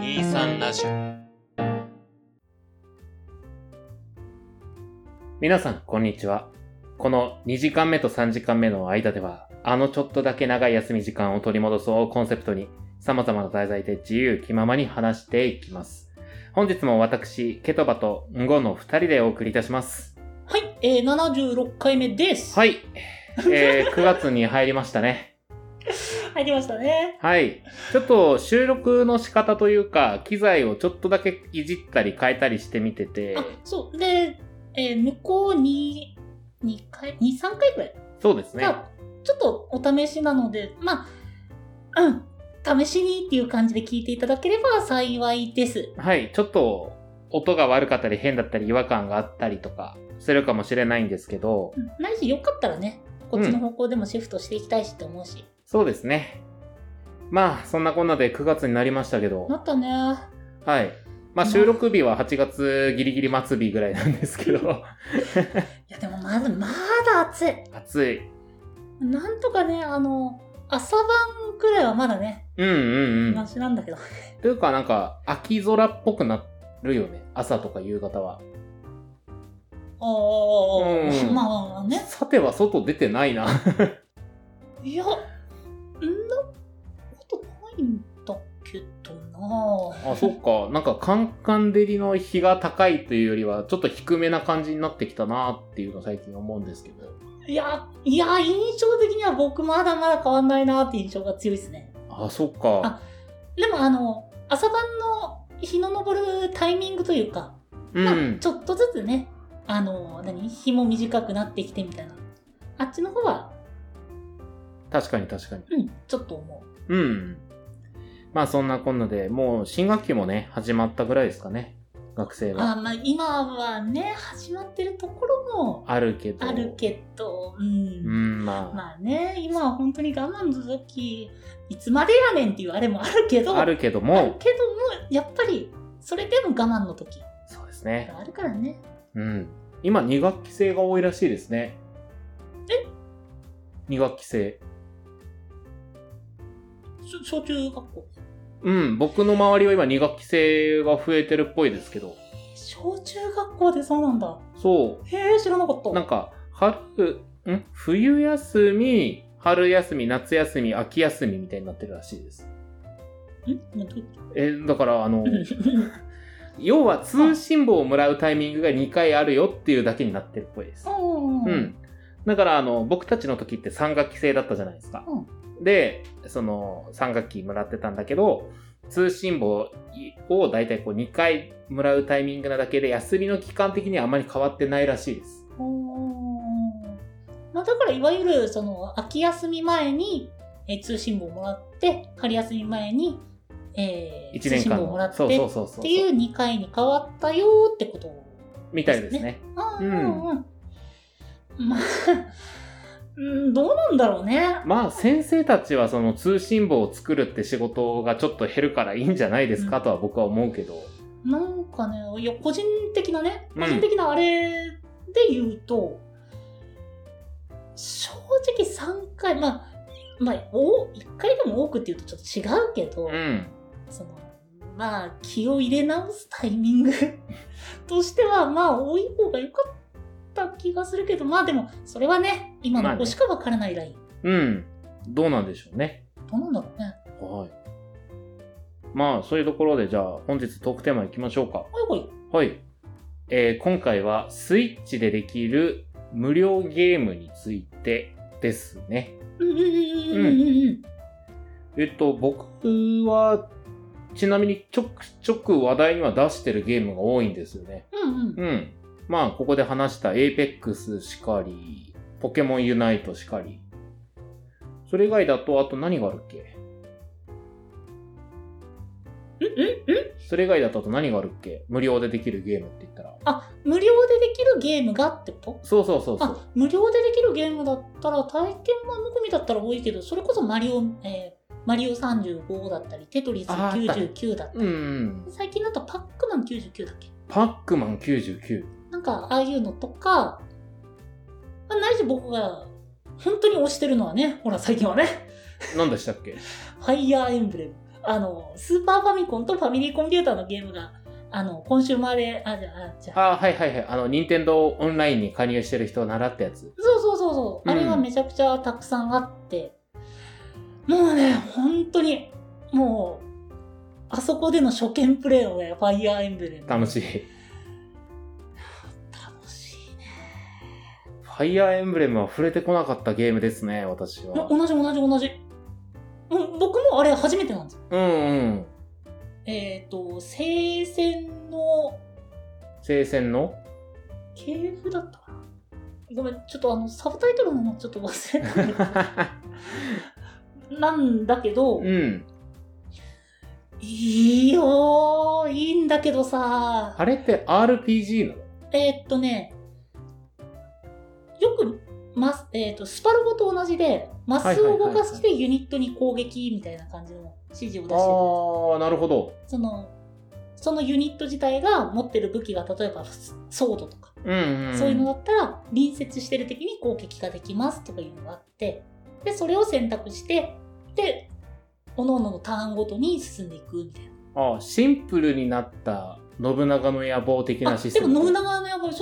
B3 ラジオ。 皆さんこんにちは。この2時間目と3時間目の間では、ちょっとだけ長い休み時間を取り戻そうをコンセプトに、様々な題材で自由気ままに話していきます。本日も私、ケトバとンゴの2人でお送りいたします。 はい、76回目です。 はい、9月に入りましたね。 入りましたね。 はい。ちょっと収録の仕方というか、機材をちょっとだけいじったり変えたりしてみてて。 あ、そう。で、向こうに2回、2、3回くらい。 そうですね。 ちょっとお試しなので、試しにっていう感じで聞いていただければ幸いです。 はい。ちょっと音が悪かったり変だったり違和感があったりとかするかもしれないんですけど。 ないし、よかったらね、こっちの方向でもシフトしていきたいしって思うし。 そうですね。まあ、そんなこんなで9月になりましたけど。 なったね。 はい。まあ、収録日は8月ギリギリ末日ぐらいなんですけど。いや、でもまだ暑い。 暑い。 なんとかね、朝晩くらいはまだね。マシなんだけど。 というか、なんか、秋空っぽくなるよね。朝とか夕方は。 まあね。 さては外出てないな。 いや、そんなことないんだけどな。 あ、そっか。なんかカンカン照りの日が高いというよりは、ちょっと低めな感じになってきたなっていうのを最近思うんですけど。 いや、印象的には僕まだまだ変わんないなって印象が強いですね。 あ、そっか。 でも朝晩の日の昇るタイミングというか、ちょっとずつね、日も短くなってきてみたいな。あっちの方は、 確かに。 ちょっと思う。 まあそんなこんなで、もう新学期もね、始まったぐらいですかね。学生は。 今はね、始まってるところもあるけど。 まあね、今は本当に我慢の時、いつまでやねんっていうあれもあるけども、やっぱり、それでも我慢の時。 そうですね。 あるからね。 今2学期制が多いらしいですね。2学期制。 小中学校。 僕の周りは今2学期制が増えてるっぽいですけど。 小中学校でそうなんだ。 そう。 知らなかった。 なんか、冬休み、春休み、夏休み、秋休みみたいになってるらしいです。だから要は通信簿をもらうタイミングが2回あるよっていうだけになってるっぽいです。だから僕たちの時って3学期制だったじゃないですか。で、その3学期もらってたんだけど、通信簿をだいたい2回もらうタイミングなだけで、休みの期間的にはあまり変わってないらしいです。 だからいわゆる秋休み前に、通信簿をもらって、春休み前に、 1年間のもらってっていう2回に変わったよってことですね。 みたいですね。 まあ、どうなんだろうね。 まあ先生たちはその通信簿を作るって仕事がちょっと減るからいいんじゃないですかとは僕は思うけど。 なんかね、個人的なあれで言うと、正直3回、1回でも多くって言うとちょっと違うけど、気を入れ直すタイミングとしては、多い方が良かった気がするけど、でも、それはね、今の子しかわからないライン。どうなんでしょうね。 どうなんだろうね。 はい。まあ、そういうところで、じゃあ、本日トークテーマ行きましょうか。はい。今回は、スイッチでできる無料ゲームについてですね。僕は、ちなみにちょくちょく話題には出してるゲームが多いんですよね。まあ、ここで話した Apex しかり、ポケモンユナイトしかり。それ以外だと、あと何があるっけ？それ以外だとあと何があるっけ？無料でできるゲームって言ったら。 無料でできるゲームがってこと？ そう。 無料でできるゲームだったら、体験版のみだったら多いけど、それこそマリオ35だったり、テトリス99だったり。最近だとパックマン99だっけ？ パックマン99。 なんか、ああいうのとか、ないし僕が本当に推してるのはね、ほら最近はね。 何でしたっけ？ ファイヤーエンブレム。 スーパーファミコンとファミリーコンピューターのゲームが、コンシューマーで、 はいはいはい。任天堂オンラインに加入してる人を習ったやつ。 そう。あれがめちゃくちゃたくさんあって、もうね、本当に、もう、あそこでの初見プレイのね、ファイアーエンブレム。 楽しい。 楽しいね。 ファイアーエンブレムは触れてこなかったゲームですね、私は。 同じ。僕もあれ初めてなんですよ。聖戦の系譜だったかな。ごめん、ちょっとサブタイトルのちょっと忘れたんだけど。なんだけど、いいよー、いいんだけどさ。 あれって RPG なの？ よく、スパロボと同じで、マスを動かしてユニットに攻撃みたいな感じの指示を出してる。 ああ、なるほど。 そのユニット自体が持ってる武器が、例えばソードとか、そういうのだったら、隣接してる敵に攻撃ができますとかいうのがあって、で、それを選択して、で、各々のターンごとに進んでいくみたいな。 ああ、シンプルになった信長の野望的なシステム。 でも信長の野望、そう。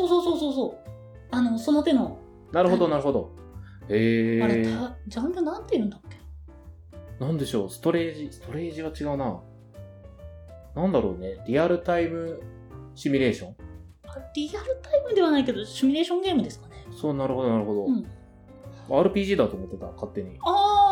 その手の。 なるほど。あれ、 ジャンルなんて言うんだっけ？ なんでしょう、ストレージは違うな。なんだろうね、リアルタイムシミュレーション？ リアルタイムではないけど、シミュレーションゲームですかね。 そう、なるほど。RPG だと思ってた、勝手に。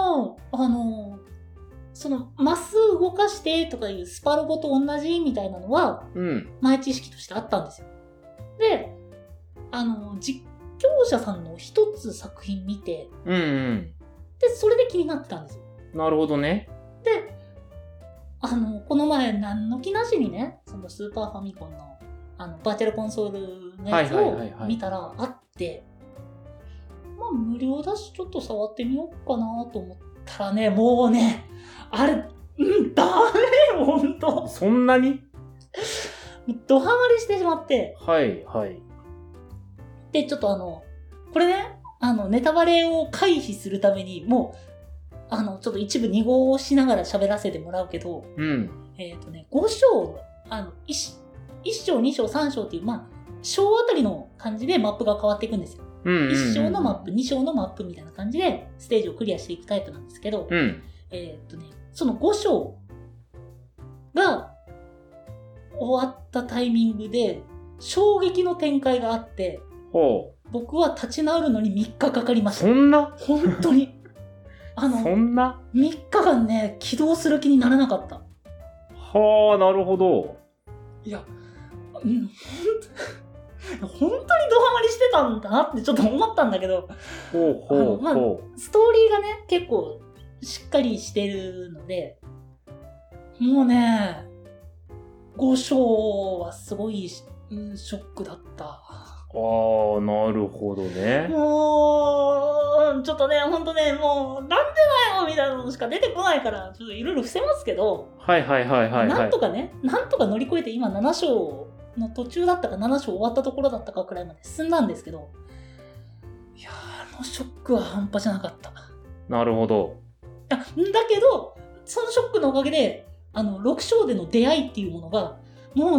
そのマス動かしてとかいうスパロボと同じみたいなのは、前知識としてあったんですよ。で、実況者さんの一つ作品見て、で、それで気になってたんですよ。 なるほどね。 で、この前何の気なしにね、そのスーパーファミコンの、バーチャルコンソールのやつを見たらあって、まあ無料だしちょっと触ってみようかなと思ったらね、もうね、あれ、ダメよ、ほんと。 そんなに？ ドハマりしてしまって。 はい。 で、ちょっとこれね、ネタバレを回避するために、もう、ちょっと一部2号をしながら喋らせてもらうけど、5章、1章、2章、3章っていう、まあ、章あたりの感じでマップが変わっていくんですよ。1章のマップ、2章のマップみたいな感じで、ステージをクリアしていくタイプなんですけど、その5章が終わったタイミングで、衝撃の展開があって、僕は立ち直るのに3日かかりました。 そんな？ 本当に。 そんな？ 3日間ね、起動する気にならなかった。 はあ、なるほど。 いや、本当にドハマりしてたんだなってちょっと思ったんだけど、ストーリーがね、結構しっかりしてるので、もうね、5章はすごいショックだった。 ああ、なるほどね。 もう、ちょっとね、ほんとね、もう、なんでだよみたいなのしか出てこないから、ちょっといろいろ伏せますけど、なんとか乗り越えて今7章の途中だったか7章終わったところだったかくらいまで進んだんですけど、いやー、ショックは半端じゃなかった。なるほど。 だけど、そのショックのおかげで、6章での出会いっていうものが、も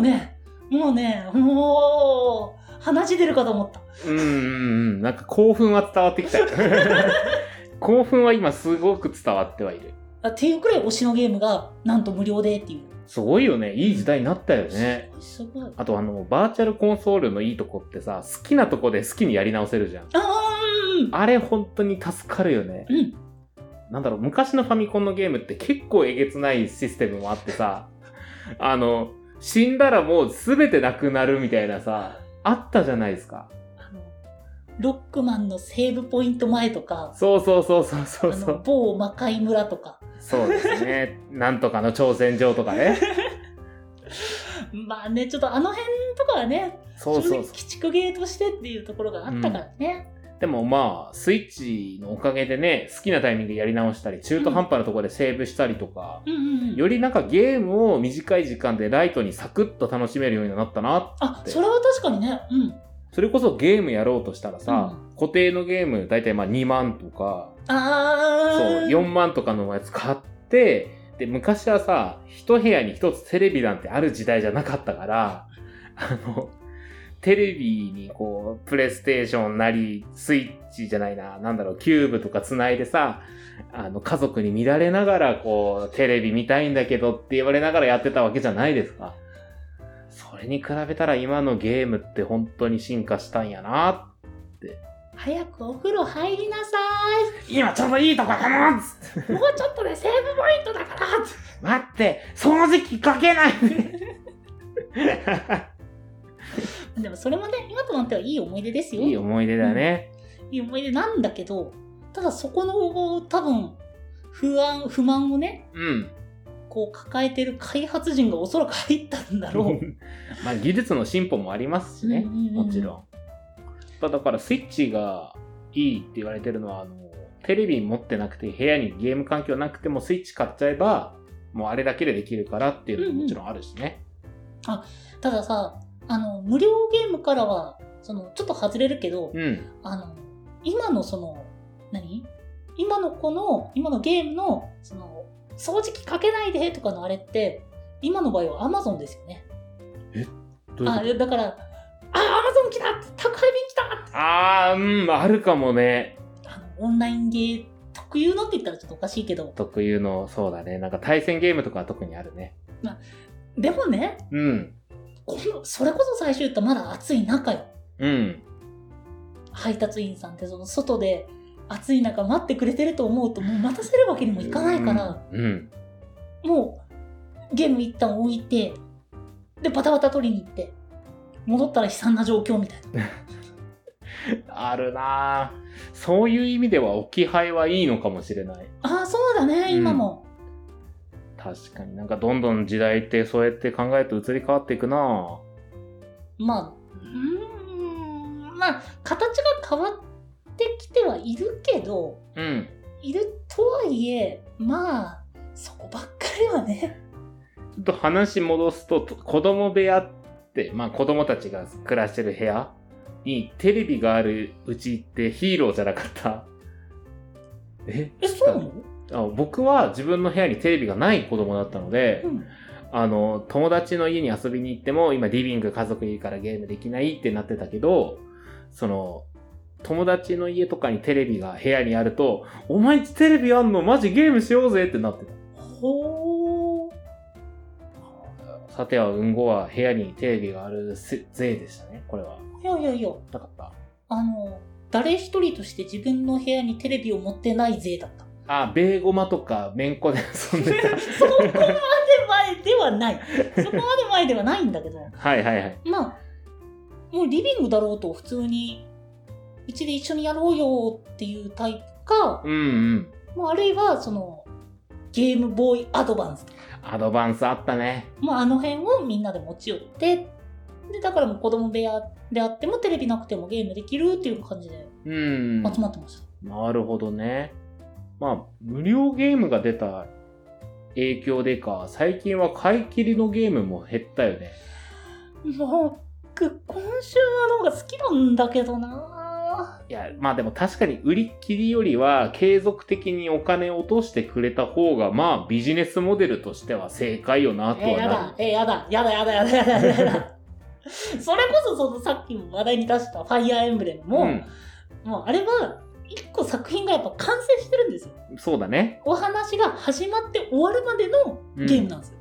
う、鼻血出るかと思った。 なんか興奮は伝わってきた。興奮は今すごく伝わってはいる。 っていうくらい推しのゲームが、なんと無料でっていう。 すごいよね。いい時代になったよね。 すごい。 あとバーチャルコンソールのいいとこってさ、好きなとこで好きにやり直せるじゃん。あれ本当に助かるよね。なんだろう、昔のファミコンのゲームって結構えげつないシステムもあってさ、死んだらもう全てなくなるみたいなさ、あったじゃないですか。 ロックマンのセーブポイント前とか、 そう。 某魔界村とか。 そうですね。なんとかの挑戦状とかね。 まあね、ちょっとあの辺とかはね、 そう。 鬼畜ゲーとしてっていうところがあったからね。 でもまあ、スイッチのおかげでね、好きなタイミングでやり直したり、中途半端なところでセーブしたりとか、よりなんかゲームを短い時間でライトにサクッと楽しめるようになったなって。 それは確かにね。 それこそゲームやろうとしたらさ、固定のゲームだいたいまあ2万とか、そう、4万とかのやつ買って、 で、昔はさ、一部屋に一つテレビなんてある時代じゃなかったから、テレビにこう、プレイステーションなり、スイッチじゃないな、キューブとか繋いでさ、家族に見られながら、こう、テレビ見たいんだけどって言われながらやってたわけじゃないですか。それに比べたら今のゲームって本当に進化したんやなって。 早くお風呂入りなさい。今ちょうどいいとこかもっつって。 もうちょっとでセーブポイントだから待って、掃除機かけないでもそれもね、今となってはいい思い出ですよ。 いい思い出だね。 いい思い出なんだけど、ただそこの多分、不満をね、こう抱えてる開発陣がおそらく入ったんだろう。 まあ技術の進歩もありますしね、もちろん。だからスイッチがいいって言われてるのは、テレビ持ってなくて部屋にゲーム環境なくてもスイッチ買っちゃえば、もうあれだけでできるからっていうのももちろんあるしね。 たださ、無料ゲームからは、ちょっと外れるけど、今の今のゲームの、掃除機かけないでとかのあれって、今の場合は Amazon ですよね。 どういうこと？ だから、Amazon 来た宅配便来たあるかもね。 オンラインゲー特有のって言ったらちょっとおかしいけど。 特有の、そうだね。対戦ゲームとかは特にあるね。 でもね、それこそ最初言ったまだ暑い中よ。配達員さんって外で暑い中待ってくれてると思うともう待たせるわけにもいかないから、もうゲーム一旦置いて、でバタバタ取りに行って、戻ったら悲惨な状況みたいな。 あるなぁ。そういう意味では置き配はいいのかもしれない。 そうだね、今も。 確かにどんどん時代ってそうやって考えると移り変わっていくなぁ。 形が変わってきてはいるけど、いるとはいえ、そこばっかりはね。 ちょっと話戻すと、子供部屋って、子供たちが暮らしてる部屋にテレビがあるうちってヒーローじゃなかった？ そうなの？ 僕は自分の部屋にテレビがない子供だったので、友達の家に遊びに行っても、今リビング家族いるからゲームできないってなってたけど、友達の家とかにテレビが部屋にあると、お前テレビあんの？マジゲームしようぜってなってた。 ほー。 さてはうんごは部屋にテレビがある税でしたね、これは。 いや。 なかった。 誰一人として自分の部屋にテレビを持ってない税だった。 ベーゴマとかめんこで遊んでた。 そこまで前ではない。そこまで前ではないんだけど。 はい。 もうリビングだろうと普通に、うちで一緒にやろうよっていうタイプか、あるいはゲームボーイアドバンス。 アドバンスあったね。 あの辺をみんなで持ち寄って、で、だからもう子供部屋であってもテレビなくてもゲームできるっていう感じで集まってました。 なるほどね。無料ゲームが出た影響でか、最近は買い切りのゲームも減ったよね。 僕、コンシューマーの方が好きなんだけどな。 いや、でも確かに売り切りよりは継続的にお金を落としてくれた方が、ビジネスモデルとしては正解よなとはなる。 やだ。それこそさっきも話題に出したファイアーエンブレムも、もうあれは一個作品がやっぱ完成してるんですよ。 そうだね。 お話が始まって終わるまでのゲームなんですよ。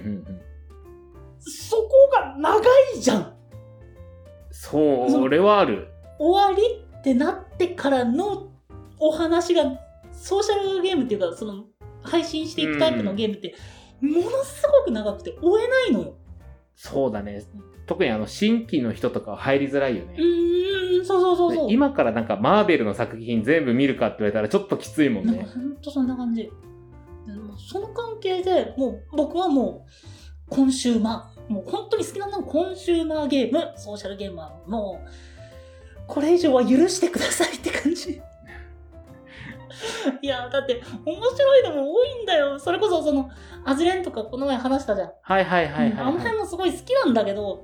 そこが長いじゃん。 それはある。 終わりってなってからのお話が、ソーシャルゲームっていうか、配信していくタイプのゲームって、ものすごく長くて追えないのよ。 そうだね。特に新規の人とかは入りづらいよね。 そう。 今からマーベルの作品全部見るかって言われたらちょっときついもんね。 ほんとそんな感じ。その関係で、もう僕はもう、コンシューマー、もう本当に好きなのはコンシューマーゲーム、ソーシャルゲームはもう、これ以上は許してくださいって感じ。いや、だって、面白いのも多いんだよ。それこそアズレンとかこの前話したじゃん。 はい。 あの辺もすごい好きなんだけど、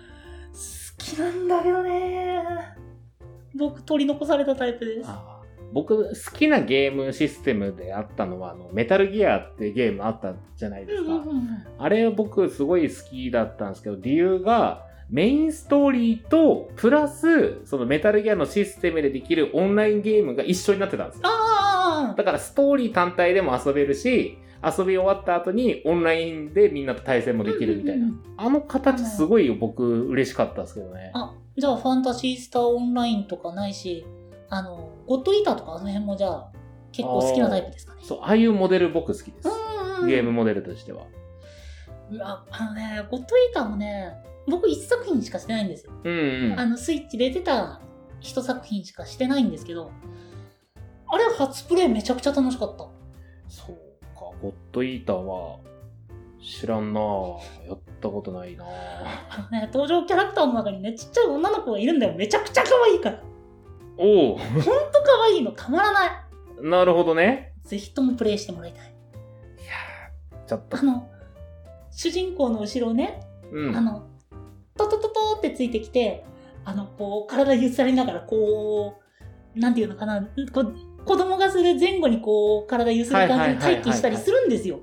僕取り残されたタイプです。 僕好きなゲームシステムであったのは、メタルギアってゲームあったじゃないですか。あれ僕すごい好きだったんですけど、理由が、メインストーリーと、プラス、そのメタルギアのシステムでできるオンラインゲームが一緒になってたんですよ。だからストーリー単体でも遊べるし、遊び終わった後にオンラインでみんなと対戦もできるみたいな。あの形すごい僕嬉しかったですけどね。 じゃあファンタシースターオンラインとかないし、ゴッドイーターとかあの辺もじゃあ結構好きなタイプですかね。 そう、ああいうモデル僕好きです。ゲームモデルとしては。 ゴッドイーターもね、僕一作品しかしてないんですよ。スイッチで出てた一作品しかしてないんですけど、あれ初プレイめちゃくちゃ楽しかった。 そうか、ゴッドイーターは知らんなぁ。やったことないなぁ。 登場キャラクターの中にね、ちっちゃい女の子がいるんだよ。めちゃくちゃ可愛いから。 おお。 ほんと可愛いのたまらない。 なるほどね。 ぜひともプレイしてもらいたい。いやー、ちょっと。 主人公の後ろね、トトトトってついてきて、こう、体揺されながら、こう、なんていうのかな、子供がする前後にこう、体揺する感じで待機したりするんですよ。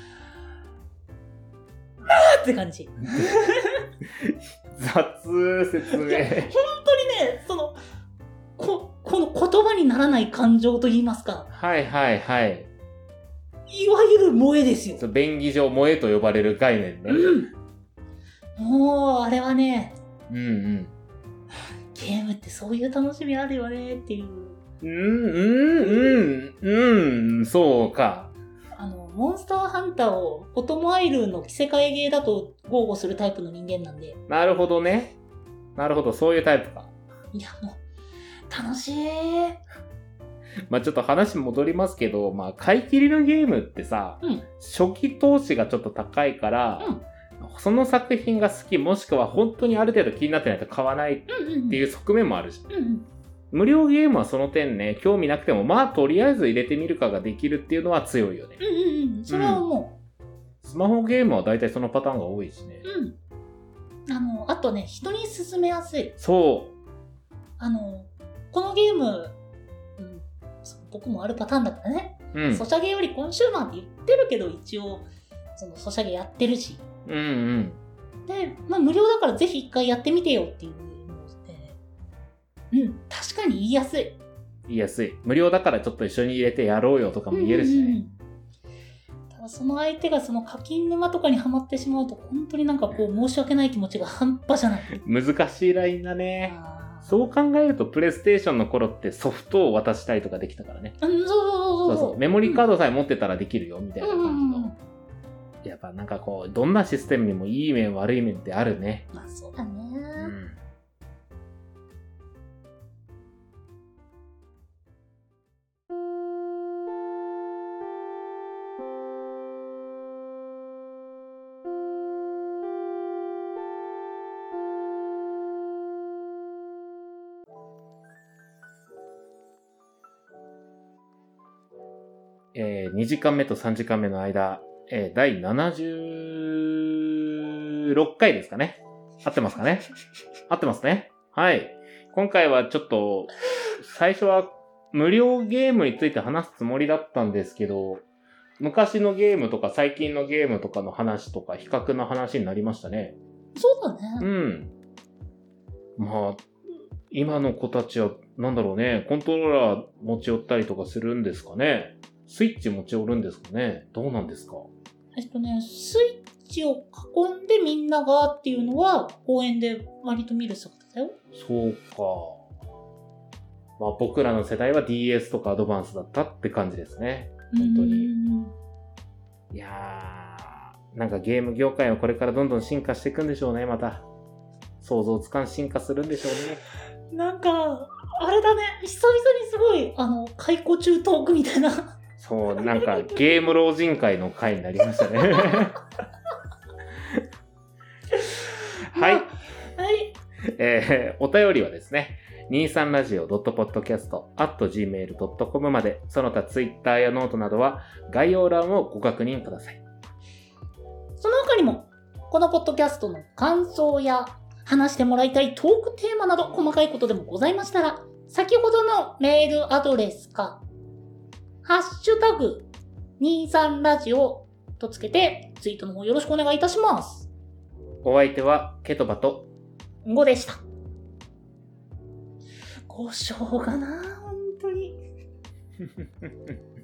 って感じ。 雑説明。 本当にね、この言葉にならない感情と言いますか。 はいはいはい。 いわゆる萌えですよ。 便宜上萌えと呼ばれる概念ね。 もう、あれはね、 うんうん。 ゲームってそういう楽しみあるよねっていう。 そうか。 モンスターハンターをオトモアイルの着せ替えゲーだと豪語するタイプの人間なんで。 なるほどね。なるほど、そういうタイプか。 いや、もう、楽しい。 まあちょっと話戻りますけど、まあ買い切りのゲームってさ、初期投資がちょっと高いから、その作品が好き、もしくは本当にある程度気になってないと買わないっていう側面もあるし。無料ゲームはその点ね、興味なくても、まあとりあえず入れてみるかができるっていうのは強いよね。 それはもう。スマホゲームは大体そのパターンが多いしね。 あとね、人に勧めやすい。 そう。 このゲーム、僕もあるパターンだからね。ソシャゲよりコンシューマーって言ってるけど、一応、ソシャゲやってるし。で、まあ無料だからぜひ一回やってみてよっていうので、確かに言いやすい。 言いやすい。無料だからちょっと一緒に入れてやろうよとかも言えるしね。 ただその相手がその課金沼とかにはまってしまうと、本当になんかこう申し訳ない気持ちが半端じゃない。 難しいラインだね。そう考えるとプレイステーションの頃ってソフトを渡したりとかできたからね。そう。メモリーカードさえ持ってたらできるよみたいな感じの。やっぱなんかこう、どんなシステムにもいい面悪い面ってあるね。 まあそうだね。 2時間目と3時間目の間、第76回ですかね。合ってますかね。合ってますね。はい。今回はちょっと、最初は無料ゲームについて話すつもりだったんですけど、昔のゲームとか最近のゲームとかの話とか比較の話になりましたね。 そうだね。 まあ、今の子たちは、なんだろうね、コントローラー持ち寄ったりとかするんですかね。スイッチ持ち寄るんですかね。どうなんですか。 スイッチを囲んでみんながっていうのは公園で割と見る姿だよ。 そうか。まあ僕らの世代は DS とかアドバンスだったって感じですね。本当に。いやー、なんかゲーム業界はこれからどんどん進化していくんでしょうね、また。想像つかん進化するんでしょうね。なんか、あれだね、久々にすごい、解雇中トークみたいな。 そう、なんかゲーム老人会の会になりましたね。はい。お便りはですね、23radio.podcast@gmail.com まで、その他ツイッターやノートなどは概要欄をご確認ください。 その他にも、このポッドキャストの感想や話してもらいたいトークテーマなど細かいことでもございましたら、 先ほどのメールアドレスか、ハッシュタグ23ラジオとつけてツイートの方よろしくお願いいたします。 お相手はケトバと 5でした。5章がな、本当に。